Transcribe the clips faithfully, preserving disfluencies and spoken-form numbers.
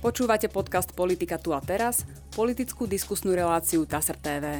Počúvate podcast Politika tu a teraz, politickú diskusnú reláciu TASR té vé.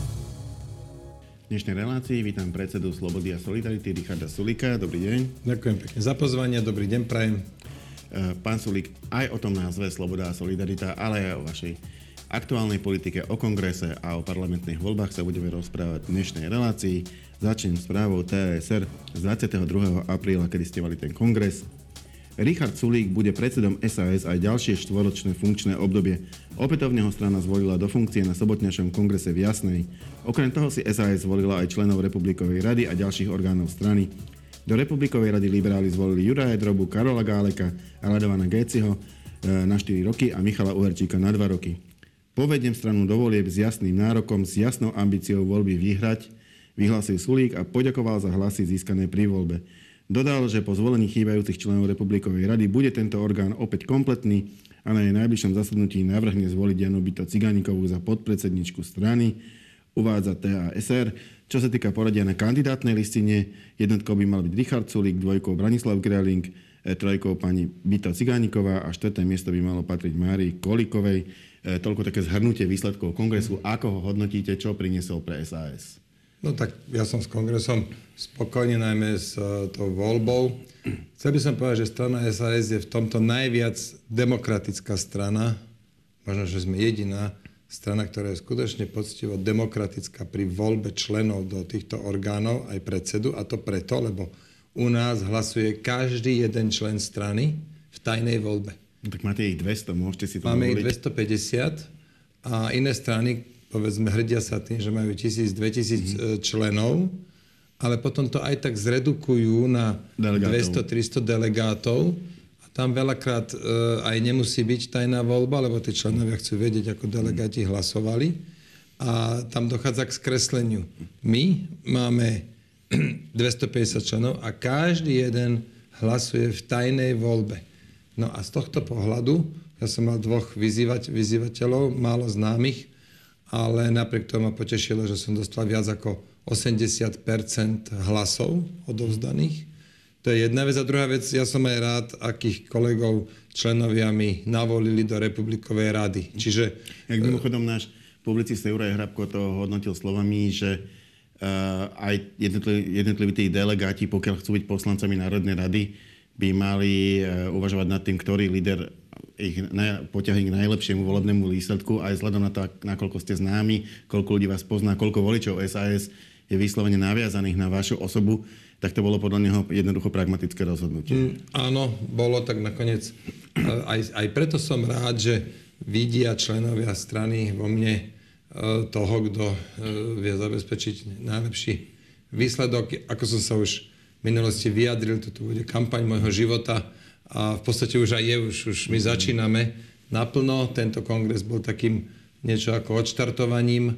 V dnešnej relácii vítam predsedu Slobody a Solidarity Richarda Sulíka. Dobrý deň. Ďakujem pekne za pozvanie, dobrý deň prajem. Pán Sulík, aj o tom názve Sloboda a Solidarita, ale aj o vašej aktuálnej politike, o kongrese a o parlamentných voľbách sa budeme rozprávať v dnešnej relácii. Začnem správou té es er z dvadsiateho druhého apríla, kedy ste mali ten kongres. Richard Sulík bude predsedom es a es aj ďalšie štvoročné funkčné obdobie. Opätovne ho strana zvolila do funkcie na sobotnejšom kongrese v Jasnej. Okrem toho si es a es zvolila aj členov Republikovej rady a ďalších orgánov strany. Do Republikovej rady liberáli zvolili Juraja Drobu, Karola Gáleka a Radovana Géciho na štyri roky a Michala Uherčíka na dva roky. Povediem stranu do volieb s jasným nárokom, s jasnou ambíciou voľby vyhrať, vyhlásil Sulík a poďakoval za hlasy získané pri voľbe. Dodal, že po zvolení chýbajúcich členov Republikovej rady bude tento orgán opäť kompletný a na jej najbližšom zasadnutí navrhne zvoliť Janu Byto Cigánikovú za podpredsedničku strany, uvádza té a es er. Čo sa týka poradia na kandidátnej listine, jednotkou by mal byť Richard Sulík, dvojkou Branislav Gröling, trojkou pani Byto Cigániková a štvrté miesto by malo patriť Márii Kolíkovej. Toľko také zhrnutie výsledkov kongresu. Ako ho hodnotíte, čo priniesol pre es a es? No tak ja som s kongresom spokojný, najmä s uh, tou voľbou. Chcel by som povedať, že strana es a es je v tomto najviac demokratická strana. Možno, že sme jediná strana, ktorá je skutočne poctivo demokratická pri voľbe členov do týchto orgánov, aj predsedu. A to preto, lebo u nás hlasuje každý jeden člen strany v tajnej voľbe. No, tak máte ich dvesto, môžete si to Máme dovoliť. ich dvestopäťdesiat a iné strany, povedzme, hrdia sa tým, že majú tisíc, dvetisíc mm. členov, ale potom to aj tak zredukujú na dvesto tristo delegátov a tam veľakrát e, aj nemusí byť tajná voľba, lebo tí členovia chcú vedieť, ako delegáti hlasovali a tam dochádza k skresleniu. My máme dvestopäťdesiat členov a každý jeden hlasuje v tajnej voľbe. No a z tohto pohľadu, ja som mal dvoch vyzývať, vyzývateľov, málo známych, ale napriek tomu ma potešilo, že som dostal viac ako osemdesiat percent hlasov odovzdaných. To je jedna vec. A druhá vec, ja som aj rád, akých kolegov členovia mi navolili do Republikovej rady. Čiže... Jak mimochodom náš publicista Juraj Hrabko to hodnotil slovami, že uh, aj jednotliví, jednotliví tí delegáti, pokiaľ chcú byť poslancami Národnej rady, by mali uh, uvažovať nad tým, ktorý líder ich poťahne k najlepšiemu volebnému výsledku, aj vzhľadom na to, nakoľko ste známi, koľko ľudí vás pozná, koľko voličov es a es je vyslovene naviazaných na vašu osobu, tak to bolo podľa neho jednoducho pragmatické rozhodnutie. Mm, áno, bolo tak nakoniec. Aj, aj preto som rád, že vidia členovia strany vo mne toho, kto vie zabezpečiť najlepší výsledok. Ako som sa už v minulosti vyjadril, toto bude kampaň môjho života, a v podstate už aj je, už, už my začíname naplno. Tento kongres bol takým niečo ako odštartovaním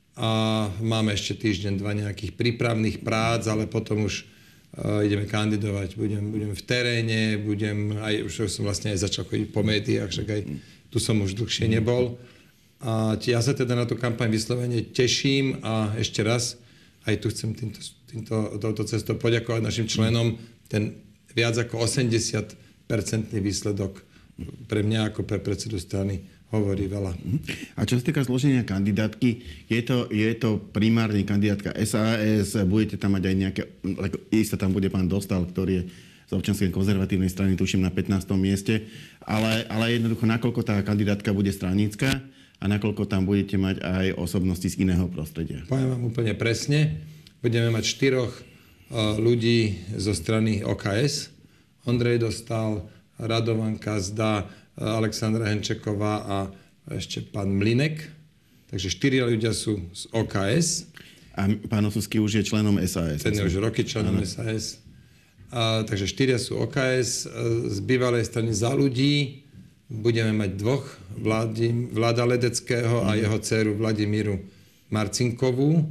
a máme ešte týždeň, dva nejakých prípravných prác, ale potom už uh, ideme kandidovať. Budem, budem v teréne, budem aj, už som vlastne aj začal chodiť po médiách, však aj tu som už dlhšie nebol. A ja sa teda na tú kampaň vyslovene teším a ešte raz aj tu chcem týmto, týmto, touto cestou poďakovať našim členom. Ten viac ako osemdesiat percentný výsledok pre mňa ako pre predsedu strany hovorí veľa. A čo sa týka zloženia kandidátky, je to, je to primárne kandidátka es a es, budete tam mať aj nejaké, isto tam bude pán Dostal, ktorý je z občianskej konzervatívnej strany, tuším, na pätnástom mieste, ale, ale jednoducho, nakoľko tá kandidátka bude stranícka a nakoľko tam budete mať aj osobnosti z iného prostredia. Poviem vám úplne presne. Budeme mať štyroch uh, ľudí zo strany ó ká es. Ondrej Dostal, Radovan Kazda, Alexandra Henčeková a ešte pán Mlinek. Takže štyria ľudia sú z ó ká es. A pán Osusky už je členom es a es. Ten je už roky členom ano. es a es. A, takže štyria sú ó ká es. Z bývalej strany Za ľudí budeme mať dvoch. Vladim, Vlada Ledeckého a jeho dceru Vladimíru Marcinkovú.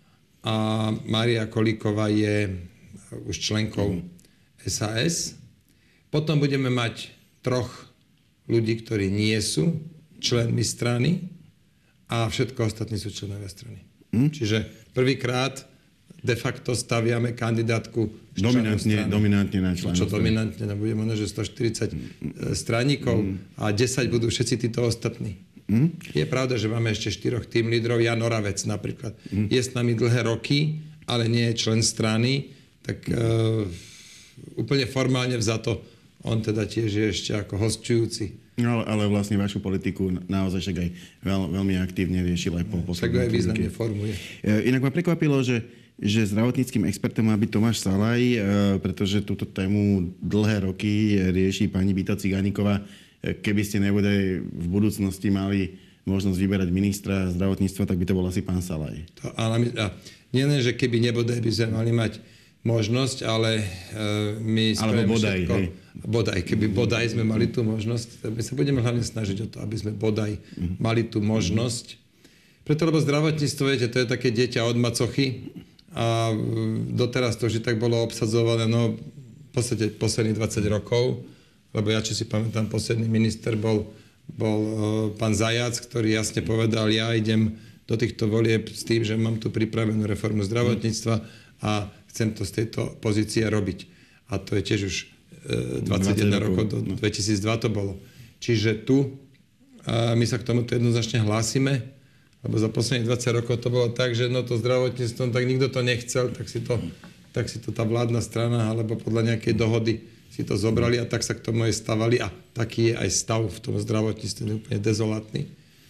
A Mária Kolíková je už členkou es a es. Potom budeme mať troch ľudí, ktorí nie sú členmi strany a všetko ostatní sú členovia strany. Mm. Čiže prvýkrát de facto staviame kandidátku dominantne, dominantne na členov. Čo dominantne, no bude možno, že stoštyridsať mm. straníkov mm. a desať budú všetci títo ostatní. Mm. Je pravda, že máme ešte štyroch tým lídrov. Jan Oravec napríklad. Mm. Je s nami dlhé roky, ale nie je člen strany. Tak uh, úplne formálne vzato on teda tiež je ešte ako hosťujúci. No, ale vlastne vašu politiku naozaj však aj veľ, veľmi aktívne riešil aj po poslednom. Tak aj významne formuje. Inak ma prekvapilo, že, že zdravotníckym expertom má byť Tomáš Salaj, pretože túto tému dlhé roky rieši pani Vita Cigániková. Keby ste nebude v budúcnosti mali možnosť vyberať ministra zdravotníctva, tak by to bol asi pán Salaj. To, ale nie len, že keby nebude, by sme mali mať možnosť, ale uh, my Alebo bodaj, všetko, hej. bodaj, keby bodaj sme mali tú možnosť, my sa budeme hlavne snažiť o to, aby sme bodaj mm. mali tú možnosť. Preto, lebo zdravotníctvo, viete, to je také dieťa od macochy a doteraz to už tak bolo obsadzované, no v podstate posledných dvadsať rokov, lebo ja, či si pamätám, posledný minister bol, bol uh, pán Zajac, ktorý jasne povedal, ja idem do týchto volieb s tým, že mám tu pripravenú reformu zdravotníctva a chcem to z tejto pozície robiť. A to je tiež už e, dvadsaťjeden rokov, do no. dvetisícdva to bolo. Čiže tu a my sa k tomuto jednoznačne hlásime, lebo za posledných dvadsať rokov to bolo tak, že no to zdravotníctvo, tak nikto to nechcel, tak si to, tak si to tá vládna strana, alebo podľa nejakej dohody si to zobrali a tak sa k tomu aj stavali. A taký je aj stav v tom zdravotníctve, úplne dezolátny.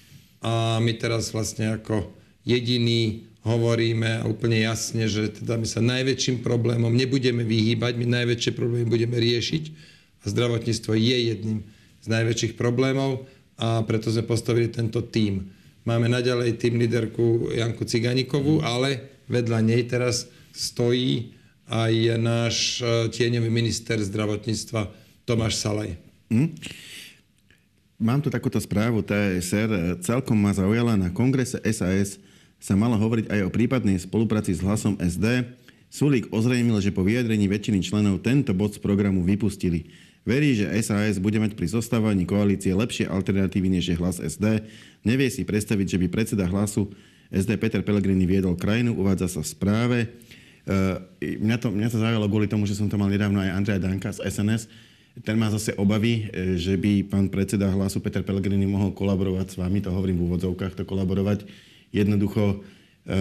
A my teraz vlastne ako jediný hovoríme úplne jasne, že teda my sa najväčším problémom nebudeme vyhýbať, my najväčšie problémy budeme riešiť a zdravotníctvo je jedným z najväčších problémov a preto sme postavili tento tím. Máme naďalej tím líderku Janku Cigánikovú, ale vedľa nej teraz stojí aj náš tieňový minister zdravotníctva Tomáš Salaj. Hmm? Mám tu takúto správu té es er. Celkom ma zaujala na kongrese es a es sa malo hovoriť aj o prípadnej spolupráci s Hlasom es dé. Sulík ozrejmil, že po vyjadrení väčšiny členov tento bod z programu vypustili. Verí, že es a es bude mať pri zostávaní koalície lepšie alternatívy než je Hlas es dé. Nevie si predstaviť, že by predseda Hlasu es dé Peter Pellegrini viedol krajinu, uvádza sa v správe. Uh, mňa, to, mňa to zaujalo kvôli tomu, že som to mal nedávno aj Andreja Danka z es en es. Ten má zase obavy, že by pán predseda Hlasu Peter Pellegrini mohol kolaborovať s vami, to hovorím v úvodzovkách, to kolaborovať. Jednoducho e,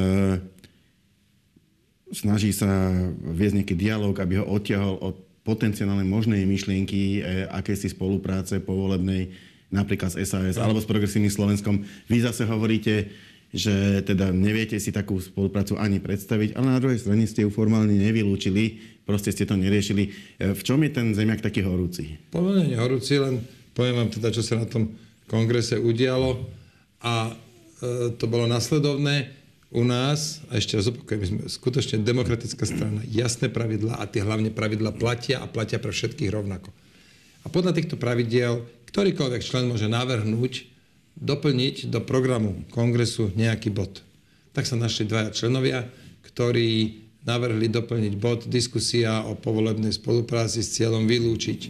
snaží sa viesť nejaký dialog, aby ho odtiahol od potenciálnej možnej myšlienky e, akési spolupráce povolebnej napríklad s es a es alebo s Progresívnym Slovenskom. Vy zase hovoríte, že teda neviete si takú spoluprácu ani predstaviť, ale na druhej strane ste ju formálne nevylúčili, proste ste to neriešili. E, v čom je ten zemiak taký horúci? Pomerne horúci, len poviem vám teda, čo sa na tom kongrese udialo a to bolo nasledovné u nás, a ešte raz opakujem, my sme skutočne demokratická strana, jasné pravidlá a tie hlavne pravidlá platia a platia pre všetkých rovnako. A podľa týchto pravidiel ktorýkoľvek člen môže navrhnúť, doplniť do programu kongresu nejaký bod. Tak sa našli dvaja členovia, ktorí navrhli doplniť bod diskusia o povolebnej spolupráci s cieľom vylúčiť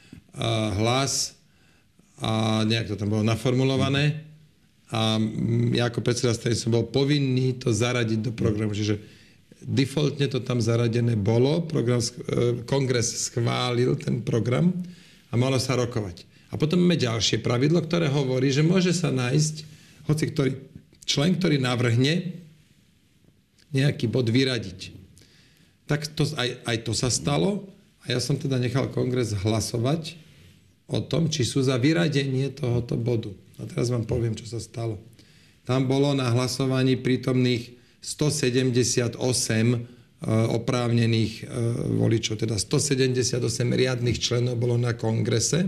Hlas a nejak to tam bolo naformulované. A ja ako predseda strany som bol povinný to zaradiť do programu. Čiže defaultne to tam zaradené bolo, program, kongres schválil ten program a malo sa rokovať. A potom máme ďalšie pravidlo, ktoré hovorí, že môže sa nájsť hoci ktorý člen, ktorý navrhne nejaký bod vyradiť. Tak to, aj, aj to sa stalo a ja som teda nechal kongres hlasovať o tom, či sú za vyradenie tohoto bodu. A teraz vám poviem, čo sa stalo. Tam bolo na hlasovaní prítomných stosedemdesiatosem oprávnených voličov, teda stosedemdesiatosem riadnych členov bolo na kongrese.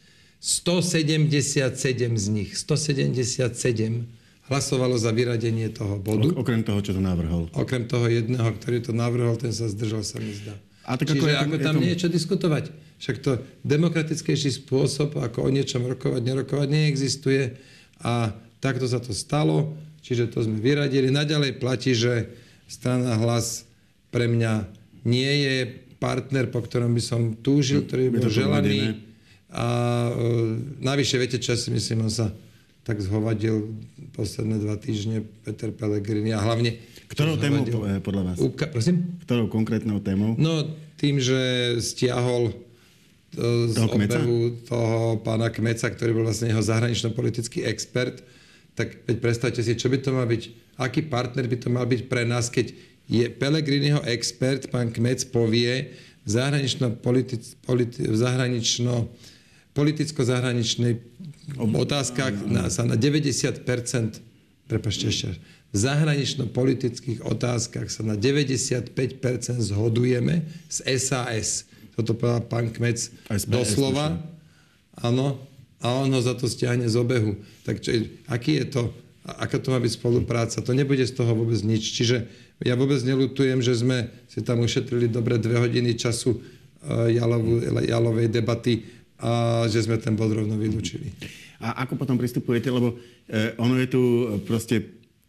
stosedemdesiatsedem z nich, stosedemdesiatsedem hlasovalo za vyradenie toho bodu. Okrem toho, čo to navrhol. Okrem toho jedného, ktorý to navrhol, ten sa zdržal, sa mi zdá. A tak Čiže ako, ako tam to... niečo diskutovať. Však to demokratickejší spôsob, ako o niečom rokovať, nerokovať, neexistuje. A takto sa to stalo. Čiže to sme vyradili. Naďalej platí, že strana Hlas pre mňa nie je partner, po ktorom by som túžil, ktorý by bol želaný. A e, navyše, viete, čo si myslím, on sa tak zhovadil posledné dva týždne Peter Pellegrini a hlavne... Ktorou témou podľa vás? Uka- prosím? Ktorou konkrétnou témou? No tým, že stiahol z toho obehu toho pána Kmeca, ktorý bol vlastne jeho zahranično-politický expert, tak veď predstavte si, čo by to mal byť, aký partner by to mal byť pre nás, keď je Pellegriniho expert, pán Kmec povie v zahranično-politic- politi- v zahranično- politicko-zahraničnej otázkach na, sa na deväťdesiat percent, prepáčte ešte, v zahranično-politických otázkach sa na deväťdesiatpäť percent zhodujeme s es a es. Toto povedal pán Kmec doslova. Áno. A on ho za to stiahne z obehu. Tak čo, aký je to, aká to má byť spolupráca? To nebude z toho vôbec nič. Čiže ja vôbec neľutujem, že sme si tam ušetrili dobre dve hodiny času Jalovu, Jalovej debaty a že sme ten bod rovno vylúčili. A ako potom pristupujete? Lebo eh, ono je tu proste...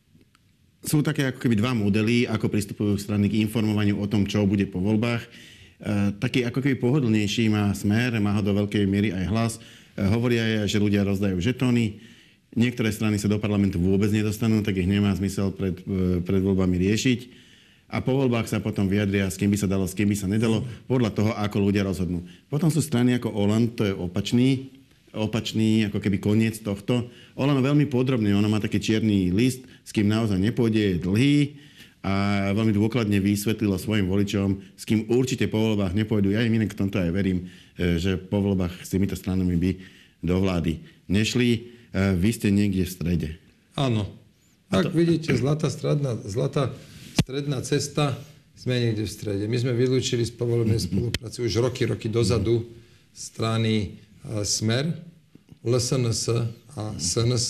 Sú také ako keby dva modely, ako pristupujú strany k informovaniu o tom, čo bude po voľbách. E, taký ako keby pohodlnejší má Smer, má ho do veľkej miery aj Hlas. E, hovoria aj, že ľudia rozdajú žetóny. Niektoré strany sa do parlamentu vôbec nedostanú, tak ich nemá zmysel pred, e, pred voľbami riešiť. A po voľbách sa potom vyjadria, s kým by sa dalo, s kým by sa nedalo, podľa toho, ako ľudia rozhodnú. Potom sú strany ako Oland, to je opačný, opačný ako keby koniec tohto. Olano veľmi podrobne, ono má taký čierny list, s kým naozaj nepôjde, je dlhý a veľmi dôkladne vysvetlilo svojim voličom, s kým určite po voľbách nepôjdu. Ja im inak v tomto aj verím, že po voľbách s týmito stranami by do vlády nešli. Vy ste niekde v strede. Áno. Ak to... vidíte, zlatá stredná, zlatá stredná cesta, sme niekde v strede. My sme vylúčili z povolenej spolupráce už roky, roky dozadu strany Smer, el es en es a es en es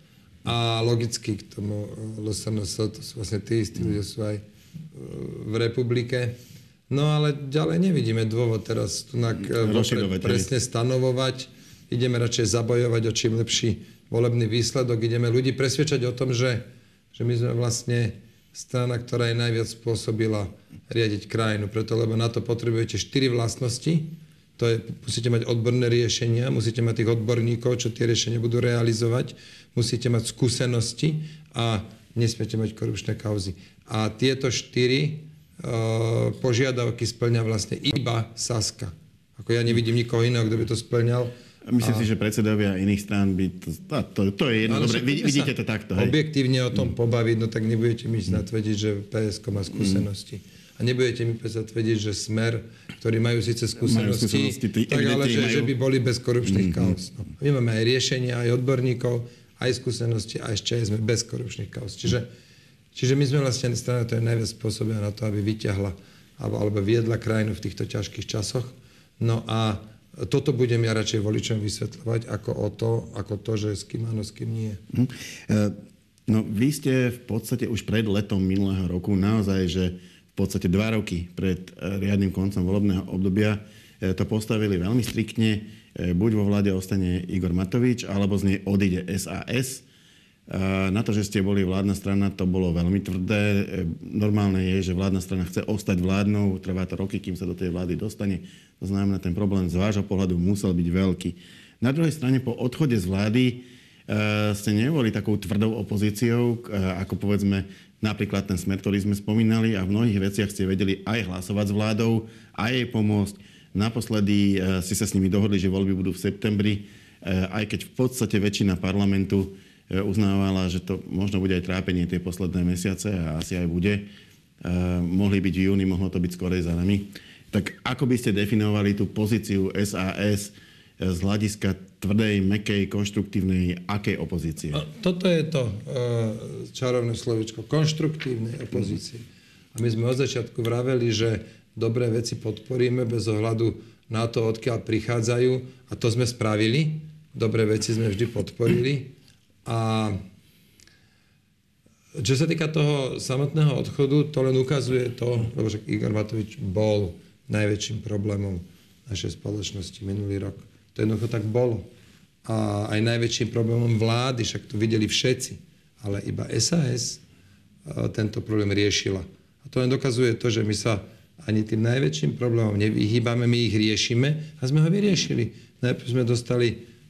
a logicky k tomu el es en es, to sú vlastne tí istí ľudia, sú aj v republike. No ale ďalej nevidíme dôvod teraz tu pre, presne stanovovať. Ideme radšej zabojovať o čím lepší volebný výsledok. Ideme ľudí presvedčať o tom, že, že my sme vlastne strana, ktorá je najviac spôsobila riadiť krajinu. Preto, lebo na to potrebujete štyri vlastnosti. To je, musíte mať odborné riešenia, musíte mať tých odborníkov, čo tie riešenia budú realizovať, musíte mať skúsenosti a nesmiete mať korupčné kauzy. A tieto štyri uh, požiadavky spĺňa vlastne iba Saska. Ako ja nevidím nikoho iného, kto by to spĺňal. Myslím a... si, že predsedovia iných strán by... To, to, to je jedno. Dobre, vidíte to takto. Hej? Objektívne o tom pobaviť, no tak nebudete mi snad tvrdiť, že pé es ká má skúsenosti. Mm. A nebudete mi predsa tvrdiť, že Smer, ktorí majú síce skúsenosti, majú skúsenosti tak ale že, majú... že by boli bez korupčných mm-hmm. kauz. No. My máme aj riešenia, aj odborníkov, aj skúsenosti a ešte aj sme bez korupčných kauz. Čiže, čiže my sme vlastne strana, to je najviac spôsobia na to, aby vyťahla alebo, alebo viedla krajinu v týchto ťažkých časoch. No a toto budem ja radšej voličom vysvetľovať ako, o to, ako to, že s kým áno, s kým nie. Mm. No vy ste v podstate už pred letom minulého roku naozaj, že v podstate dva roky pred riadnym koncom volebného obdobia to postavili veľmi striktne. Buď vo vláde ostane Igor Matovič, alebo z nej odíde es a es. Na to, že ste boli vládna strana, to bolo veľmi tvrdé. Normálne je, že vládna strana chce ostať vládnou. Trvá to roky, kým sa do tej vlády dostane. To znamená, ten problém z vášho pohľadu musel byť veľký. Na druhej strane, po odchode z vlády ste neboli takou tvrdou opozíciou, ako povedzme napríklad ten Smer, ktorý sme spomínali, a v mnohých veciach ste vedeli aj hlasovať s vládou, aj jej pomôcť. Naposledy ste sa s nimi dohodli, že voľby budú v septembri, aj keď v podstate väčšina parlamentu uznávala, že to možno bude aj trápenie tie posledné mesiace a asi aj bude. Mohli byť v júni, mohlo to byť skorej za nami. Tak ako by ste definovali tú pozíciu es a es z hľadiska tvrdej, mäkkej, konštruktívnej, akej opozície? Toto je to uh, čarovné slovičko, konštruktívnej opozície. A my sme od začiatku vraveli, že dobré veci podporíme bez ohľadu na to, odkiaľ prichádzajú. A to sme spravili. Dobré veci sme vždy podporili. A čo sa týka toho samotného odchodu, to len ukazuje to, lebo však Igor Matovič bol najväčším problémom našej spoločnosti minulý rok. To jednoducho tak bolo. A aj najväčším problémom vlády, však to videli všetci, ale iba es a es tento problém riešila. A to len dokazuje to, že my sa ani tým najväčším problémom nevyhýbame, my ich riešime a sme ho vyriešili. Najprv sme dostali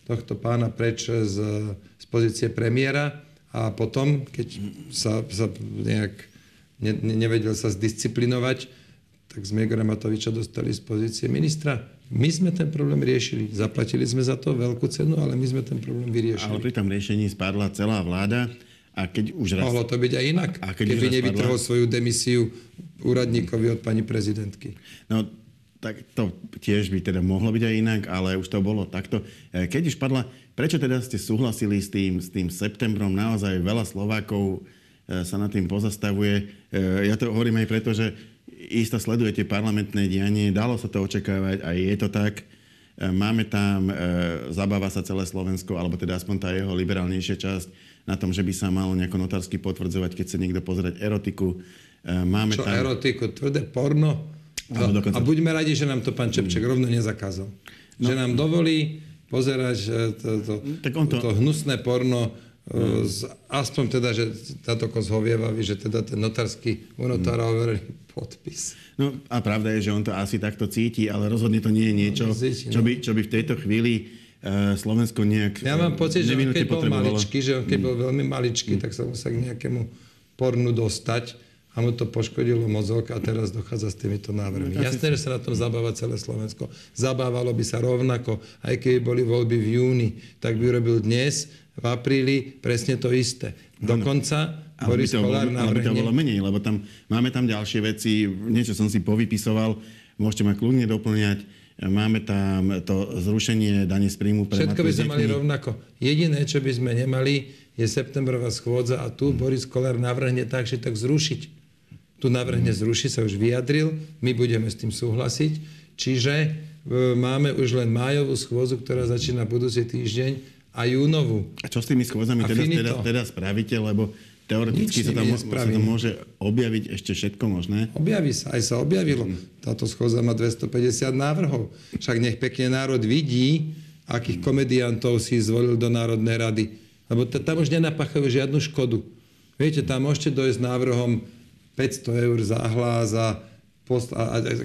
tohto pána preč z, z pozície premiéra a potom, keď sa, sa nejak ne, nevedel sa zdisciplinovať, tak sme Igora Matoviča dostali z pozície ministra. My sme ten problém riešili. Zaplatili sme za to veľkú cenu, ale my sme ten problém vyriešili. Ale pri tom riešení spadla celá vláda. A keď už raz... Mohlo to byť aj inak, a keď keby nevytrhol svoju demisiu úradníkovi od pani prezidentky. No, tak to tiež by teda mohlo byť aj inak, ale už to bolo takto. Keď už padla, prečo teda ste súhlasili s tým, s tým septembrom? Naozaj veľa Slovákov sa nad tým pozastavuje. Ja to hovorím aj preto, že isto sledujete parlamentné dianie, dalo sa to očakávať, aj je to tak. Máme tam, zabáva sa celé Slovensko, alebo teda aspoň tá jeho liberálnejšia časť, na tom, že by sa malo nejako notársky potvrdzovať, keď sa niekto pozerať erotiku. Máme Čo tam... erotiku? Tvrdé porno? To, dokonca... A buďme radi, že nám to pán Čepček mm. rovno nezakázal. No. Že nám dovolí pozerať to, to, tak on to... to hnusné porno, mm. z, aspoň teda, že táto kos hovievavý, že teda ten notársky u notára mm. overený podpis. No a pravda je, že on to asi takto cíti, ale rozhodne to nie je niečo, no, cíti, čo, by, čo by v tejto chvíli Slovensko nejak... Ja mám pocit, že on keď bol maličký, že on keď bol veľmi maličký, mm. tak sa musel k nejakému pornu dostať a mu to poškodilo mozog a teraz dochádza s týmito návrhmi. No, jasné, že sa na tom zabáva celé Slovensko. Zabávalo by sa rovnako, aj keby boli voľby v júni, tak by urobil dnes, v apríli, presne to isté. Dokonca ale Boris Kollár navrhne... Ale by to bolo menej, lebo tam, máme tam ďalšie veci, niečo som si povypisoval, môžete ma kľudne doplňať. Máme tam to zrušenie dane z príjmu pre Všetko by sme mali rovnako. Jediné, čo by sme nemali, je septembrová schôdza a tu mm. Boris Kollár navrhne tak, že tak zrušiť. Tu navrhne mm. zrušiť, sa už vyjadril, my budeme s tým súhlasiť. Čiže e, máme už len májovú schôdzu, ktorá začína budúci týždeň a júnovú. A čo s tými schôdzami teda, teda, teda spravíte, lebo teoreticky sa tam, sa tam môže objaviť ešte všetko možné. Objaví sa, aj sa objavilo. Táto schôdza má dvestopäťdesiat návrhov. Však nech pekne národ vidí, akých komediantov si zvolil do Národnej rady. Lebo t- tam už nenapáchajú žiadnu škodu. Viete, tam môžete dojsť návrhom päťsto eur za hlas a, post- a, a, a,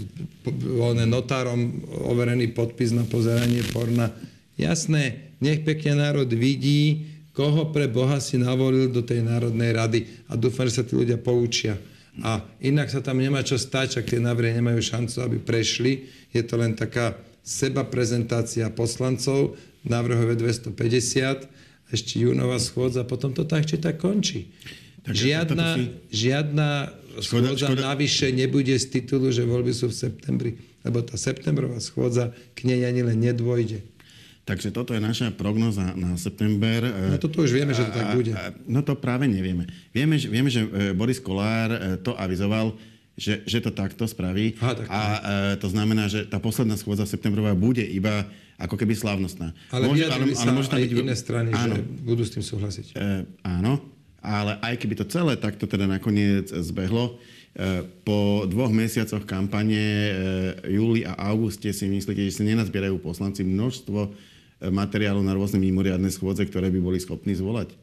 a notárom overený podpis na pozeranie porna. Jasné, nech pekne národ vidí, koho pre Boha si navolil do tej Národnej rady a dúfam, že sa tí ľudia poučia. A inak sa tam nemá čo stať, ak tie návrhy nemajú šancu, aby prešli. Je to len taká seba prezentácia poslancov, návrhov je dvestopäťdesiat, ešte júnová schôdza, potom to tak či tak končí. Takže žiadna, si... žiadna škoda, schôdza škoda. Navyše nebude z titulu, že voľby sú v septembri, lebo tá septembrová schôdza k nej ani len nedôjde. Takže toto je naša prognoza na september. No toto už vieme, že to tak bude. No to práve nevieme. Vieme, že, vieme, že Boris Kollár to avizoval, že, že to takto spraví. Aha, tak a e, to znamená, že tá posledná schôdza septembrová bude iba ako keby slávnostná. Ale môže, ale, ale môže tam byť iné strany, áno, že budú s tým súhlasiť. E, áno, ale aj keby to celé takto teda nakoniec zbehlo, e, po dvoch mesiacoch kampane e, júli a auguste si myslíte, že si nenazbierajú poslanci množstvo materiálu na rôzne mimoriadne schôdze, ktoré by boli schopní zvolať?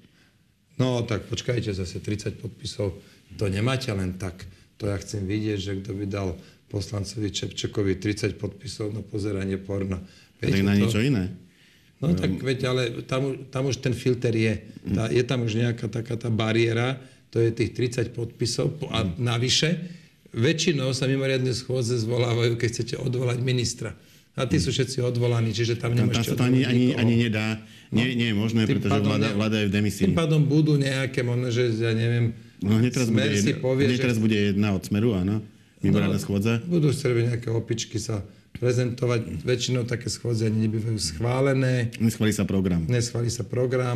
No tak počkajte, zase tridsať podpisov, to nemáte len tak. To ja chcem vidieť, že kto by dal poslancovi Čepčekovi tridsať podpisov na pozeranie porna. Tak na niečo iné. No um. tak veď, ale tam, tam už ten filter je. Tá, je tam už nejaká taká tá bariéra, to je tých tridsať podpisov a navyše väčšinou sa mimoriadne schôdze zvolávajú, keď chcete odvolať ministra. A tí sú všetci odvolaní, čiže tam nemôžete odvolať. Tam sa to ani, ani, ani nedá. No, nie, nie je možné, pretože vláda, vláda je v demisii. Tým pádom budú nejaké, možno, že ja neviem, no, Smer bude si jedna, povie, že... teraz bude jedna od Smeru, áno? Mimoriadne no, schôdze. Budú chcieť nejaké opičky sa prezentovať. Väčšinou také schôdze ani nebývajú schválené. Neschválí sa program. Neschválí sa program.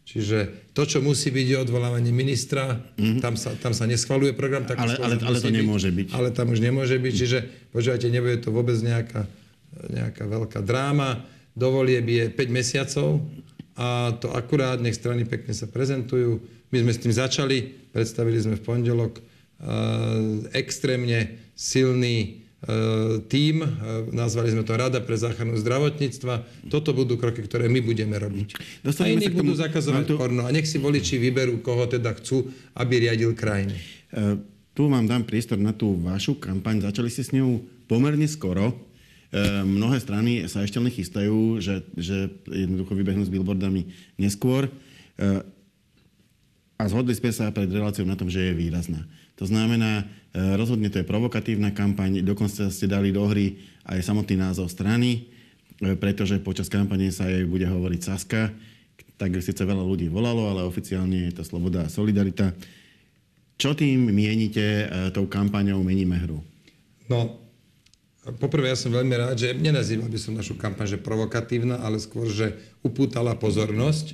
Čiže to, čo musí byť, je odvolávanie ministra. Mm-hmm. Tam, sa, tam sa neschvaľuje program. Ale, ale, ale to nemôže byť. byť. Ale tam už nemôže byť. Čiže, počúvajte, nebude to vôbec nejaká nejaká veľká dráma. Do volieb je päť mesiacov a to akurát, nech strany pekne sa prezentujú. My sme s tým začali, predstavili sme v pondelok uh, extrémne silný uh, tím, uh, nazvali sme to Rada pre záchranu zdravotníctva. Toto budú kroky, ktoré my budeme robiť. Dostaneme a iní budú zakazovať tu... porno a nech si voliči vyberú, koho teda chcú, aby riadil krajinu. Uh, tu vám dám priestor na tú vašu kampaň. Začali ste s ňou pomerne skoro. mnohé strany sa ešte len chystajú, že, že jednoducho vybehnú s billboardami neskôr. A zhodli sme sa pred reláciou na tom, že je výrazná. To znamená, rozhodne to je provokatívna kampaň, dokonca ste dali do hry aj samotný názov strany, pretože počas kampane sa jej bude hovoriť Saska. Tak síce veľa ľudí volalo, ale oficiálne je to Sloboda a Solidarita. Čo tým mienite tou kampaňou Meníme hru? No, poprvé ja som veľmi rád, že nenazýval by som našu kampaň, že provokatívna, ale skôr, že upútala pozornosť.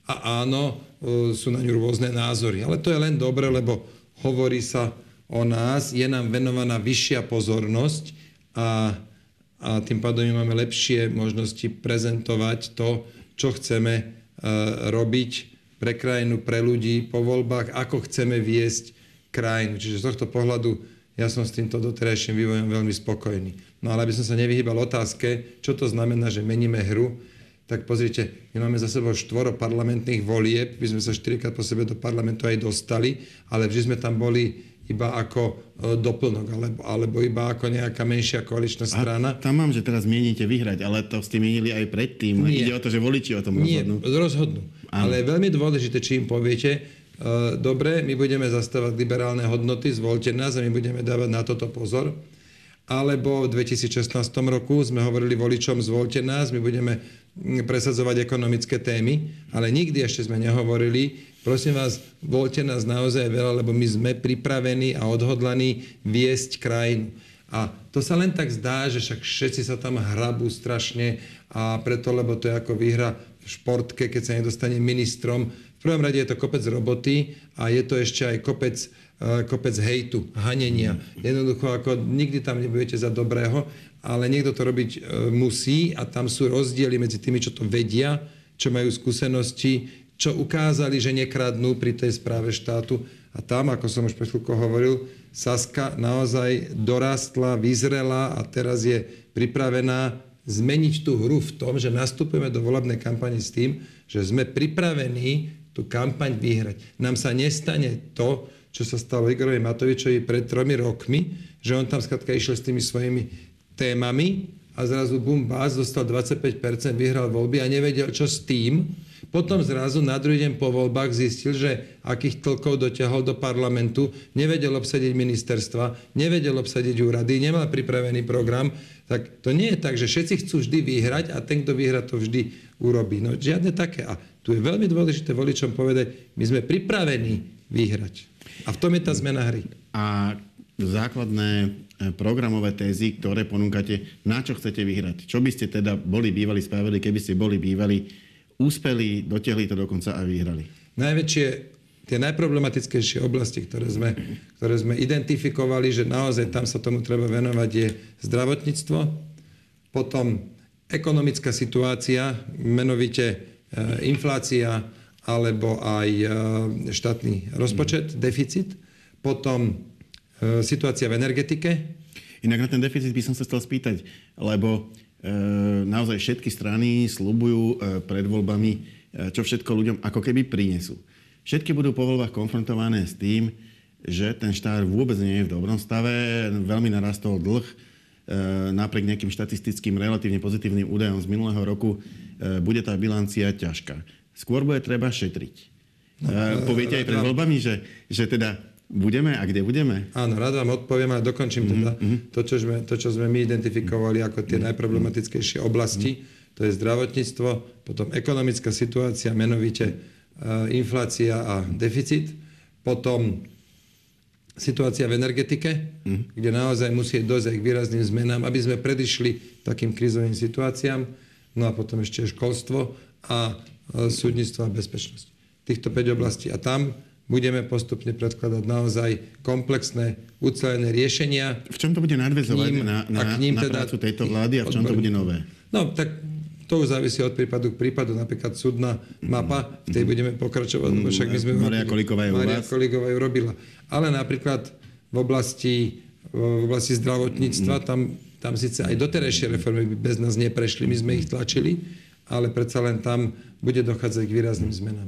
A áno, sú na ňu rôzne názory. Ale to je len dobre, lebo hovorí sa o nás, je nám venovaná vyššia pozornosť a, a tým pádom máme lepšie možnosti prezentovať to, čo chceme uh, robiť pre krajinu, pre ľudí po voľbách, ako chceme viesť krajinu. Čiže z tohto pohľadu ja som s týmto doterajším vývojom veľmi spokojný. No ale aby som sa nevyhýbal otázke, čo to znamená, že meníme hru, tak pozrite, my máme za sebou štvoro parlamentných volieb, my sme sa štyrikrát po sebe do parlamentu aj dostali, ale vždy sme tam boli iba ako doplnok, alebo, alebo iba ako nejaká menšia koaličná strana. A tam mám, že teraz mienite vyhrať, ale to ste mienili aj predtým. Nie. Ide o to, že voliči o tom rozhodnú. Nie, rozhodnú. Áno. Ale je veľmi dôležité, či im poviete, uh, dobre, my budeme zastávať liberálne hodnoty, zvolte nás a my budeme dávať na toto pozor. Alebo v dvetisícšestnástom roku sme hovorili voličom, zvolte nás, my budeme presadzovať ekonomické témy, ale nikdy ešte sme nehovorili, prosím vás, voľte nás naozaj veľa, lebo my sme pripravení a odhodlaní viesť krajinu. A to sa len tak zdá, že však všetci sa tam hrabú strašne a preto, lebo to je ako výhra v športke, keď sa nedostane ministrom. V prvom rade je to kopec roboty a je to ešte aj kopec, uh, kopec hejtu, hanenia. Jednoducho, ako nikdy tam nebudete za dobrého, ale niekto to robiť uh, musí a tam sú rozdiely medzi tými, čo to vedia, čo majú skúsenosti, čo ukázali, že nekradnú pri tej správe štátu. A tam, ako som už pred chvíľkou hovoril, Saska naozaj dorastla, vyzrela a teraz je pripravená zmeniť tú hru v tom, že nastupujeme do volebnej kampane s tým, že sme pripravení tú kampaň vyhrať. Nám sa nestane to, čo sa stalo Igorovi Matovičovi pred tromi rokmi, že on tam skrátka išiel s tými svojimi témami a zrazu bum, bás, dostal dvadsaťpäť percent, vyhral voľby a nevedel, čo s tým. Potom zrazu na druhý deň po voľbách zistil, že akých tlkov dotiahol do parlamentu, nevedel obsadiť ministerstva, nevedel obsadiť úrady, nemal pripravený program. Tak to nie je tak, že všetci chcú vždy vyhrať a ten, kto vyhra, to vždy urobí. No žiadne také. A tu je veľmi dôležité voličom povedať, my sme pripravení vyhrať. A v tom je tá zmena hry. A základné programové tézy, ktoré ponúkate, na čo chcete vyhrať? Čo by ste teda boli bývali spravili, keby ste boli bývali úspeli, dotiahli to dokonca a vyhrali? Najväčšie, tie najproblematickejšie oblasti, ktoré sme, ktoré sme identifikovali, že naozaj tam sa tomu treba venovať, je zdravotníctvo, potom ekonomická situácia, menovite e, inflácia, alebo aj e, štátny rozpočet, mm. deficit, potom e, situácia v energetike. Inak na ten deficit by som sa chcel spýtať, lebo E, naozaj všetky strany sľubujú e, pred voľbami, e, čo všetko ľuďom ako keby prinesú. Všetky budú po voľbách konfrontované s tým, že ten štát vôbec nie je v dobrom stave, veľmi narastol dlh, e, napriek nejakým štatistickým relatívne pozitívnym údajom z minulého roku e, bude tá bilancia ťažká. Skôr bude treba šetriť. No, e, poviete aj pred voľbami, že, že teda budeme a kde budeme? Áno, rád vám odpoviem a dokončím teda mm-hmm. to, čo sme, to, čo sme my identifikovali ako tie najproblematickejšie oblasti. Mm-hmm. To je zdravotníctvo, potom ekonomická situácia, menovite uh, inflácia a deficit. Potom situácia v energetike, mm-hmm. kde naozaj musí dojsť k výrazným zmenám, aby sme predišli takým krízovým situáciám. No a potom ešte školstvo a uh, súdnictvo a bezpečnosť. Týchto päť oblastí. A tam budeme postupne predkladať naozaj komplexné, ucelené riešenia. V čom to bude nadväzovať ním, na, na, na teda, prácu tejto vlády a v čom to bude nové? No, tak to už závisí od prípadu k prípadu. Napríklad súdna mapa, v tej budeme pokračovať, lebo však my sme... Mária Kolíková je u vás. Mária Kolíková ju robila. Ale napríklad v oblasti, v oblasti zdravotníctva, tam, tam síce aj doterajšie reformy by bez nás neprešli, my sme ich tlačili, ale predsa len tam bude dochádzať k výrazným zmenám.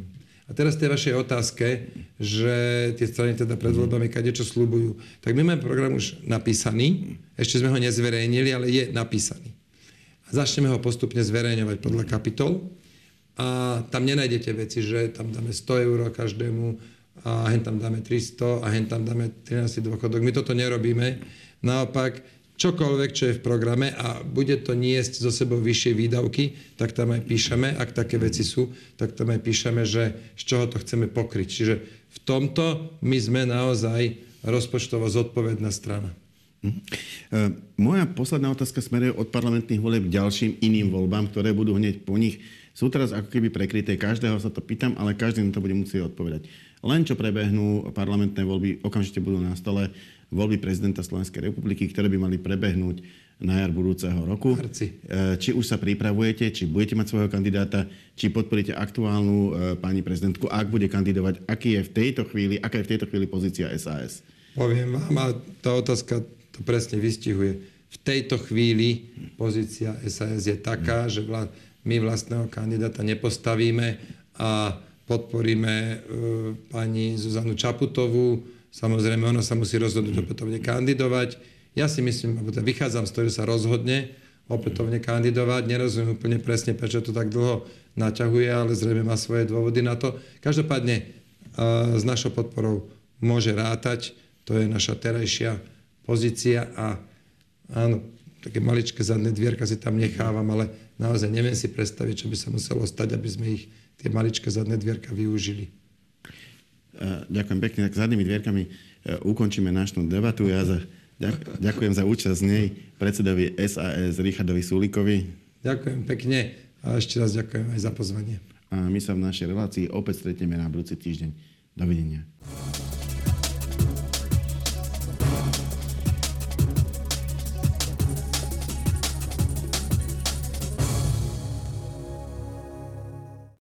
A teraz tej vašej otázke, že tie strany teda pred voľbami kadečo sľubujú. Tak my máme program už napísaný, ešte sme ho nezverejnili, ale je napísaný. A začneme ho postupne zverejňovať podľa kapitol a tam nenájdete veci, že tam dáme sto eur každému a hen tam dáme tristo a hen tam dáme trinásty dôchodok. My toto nerobíme. Naopak, čokoľvek, čo je v programe a bude to niesť zo sebou vyššie výdavky, tak tam aj píšeme, ak také veci sú, tak tam aj píšeme, že z čoho to chceme pokryť. Čiže v tomto my sme naozaj rozpočtovo zodpovedná strana. Uh, moja posledná otázka smeruje od parlamentných volieb k ďalším iným voľbám, ktoré budú hneď po nich. Sú teraz ako keby prekryté, každého sa to pýtam, ale každý na to bude musieť odpovedať. Len čo prebehnú parlamentné voľby, okamžite budú na stole voľby prezidenta Slovenskej republiky, ktoré by mali prebehnúť na jar budúceho roku. Marci. Či už sa pripravujete, či budete mať svojho kandidáta, či podporíte aktuálnu pani prezidentku, ak bude kandidovať, aký je v tejto chvíli, aká je v tejto chvíli pozícia es a es? Poviem vám, a tá otázka to presne vystihuje. V tejto chvíli pozícia es a es je taká, že vla, my vlastného kandidáta nepostavíme a podporíme e, pani Zuzanu Čaputovú. Samozrejme, ona sa musí rozhodnúť opätovne kandidovať. Ja si myslím, alebo teda vychádzam z toho, že sa rozhodne opätovne kandidovať. Nerozumiem úplne presne, prečo to tak dlho naťahuje, ale zrejme má svoje dôvody na to. Každopádne e, s našou podporou môže rátať. To je naša terajšia pozícia a áno, také maličké zadné dvierka si tam nechávam, ale naozaj neviem si predstaviť, čo by sa muselo stať, aby sme ich tie maličké zadné dvierka využili. Ďakujem pekne. Tak zadnými dvierkami ukončíme našu debatu. Ja za, ďakujem za účasť z nej predsedovi es a es Richardovi Sulíkovi. Ďakujem pekne a ešte raz ďakujem aj za pozvanie. A my sa v našej relácii opäť stretneme na budúci týždeň. Dovidenia.